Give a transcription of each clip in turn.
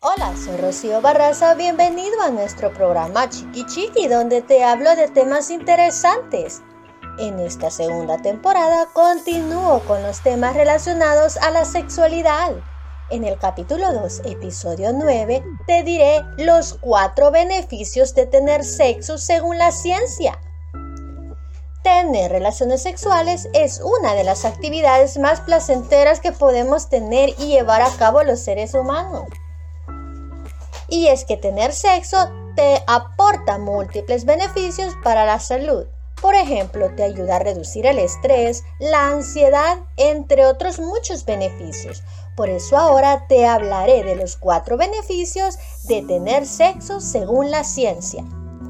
Hola, soy Rocío Barraza, bienvenido a nuestro programa Chiqui Chiqui, donde te hablo de temas interesantes. En esta segunda temporada continúo con los temas relacionados a la sexualidad. En el capítulo 2, episodio 9, te diré los 4 beneficios de tener sexo según la ciencia. Tener relaciones sexuales es una de las actividades más placenteras que podemos tener y llevar a cabo los seres humanos. Y es que tener sexo te aporta múltiples beneficios para la salud. Por ejemplo, te ayuda a reducir el estrés, la ansiedad, entre otros muchos beneficios. Por eso ahora te hablaré de los 4 beneficios de tener sexo según la ciencia.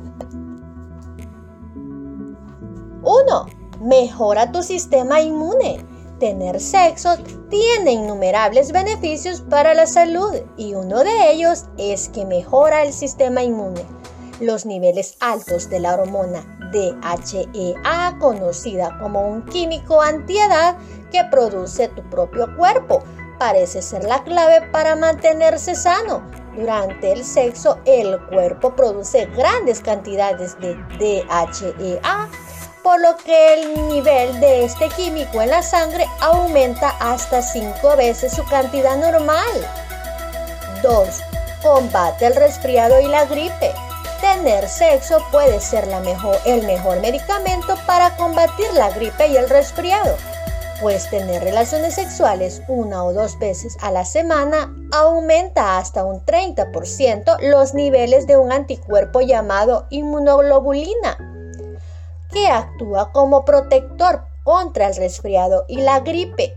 1. Mejora tu sistema inmune. Tener sexo tiene innumerables beneficios para la salud y uno de ellos es que mejora el sistema inmune. Los niveles altos de la hormona DHEA, conocida como un químico antiedad que produce tu propio cuerpo, parece ser la clave para mantenerse sano. Durante el sexo, el cuerpo produce grandes cantidades de DHEA, por lo que el nivel de este químico en la sangre aumenta hasta 5 veces su cantidad normal. 2. Combate el resfriado y la gripe. Tener sexo puede ser el mejor medicamento para combatir la gripe y el resfriado, pues tener relaciones sexuales 1 o 2 veces a la semana aumenta hasta un 30% los niveles de un anticuerpo llamado inmunoglobulina, que actúa como protector contra el resfriado y la gripe.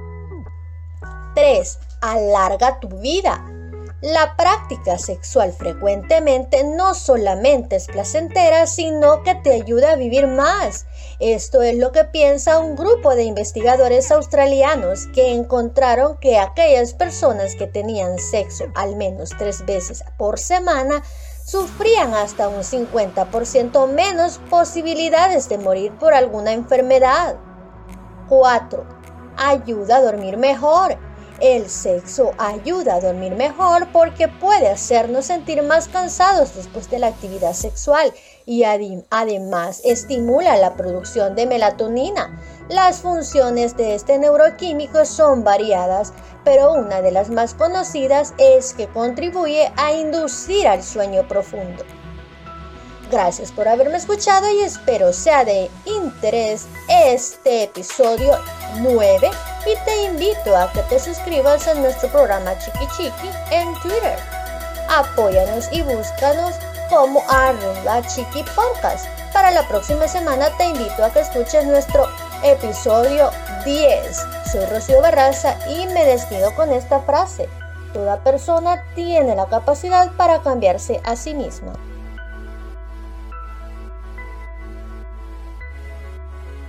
3. Alarga tu vida. La práctica sexual frecuentemente no solamente es placentera, sino que te ayuda a vivir más. Esto es lo que piensa un grupo de investigadores australianos que encontraron que aquellas personas que tenían sexo al menos 3 veces por semana sufrían hasta un 50% menos posibilidades de morir por alguna enfermedad. 4. Ayuda a dormir mejor. El sexo ayuda a dormir mejor porque puede hacernos sentir más cansados después de la actividad sexual y además estimula la producción de melatonina. Las funciones de este neuroquímico son variadas, pero una de las más conocidas es que contribuye a inducir al sueño profundo. Gracias por haberme escuchado y espero sea de interés este episodio 9 y te invito a que te suscribas a nuestro programa Chiqui Chiqui en Twitter. Apóyanos y búscanos como @chiquipodcast. Para la próxima semana te invito a que escuches nuestro episodio 10. Soy Rocío Barraza y me despido con esta frase: toda persona tiene la capacidad para cambiarse a sí misma.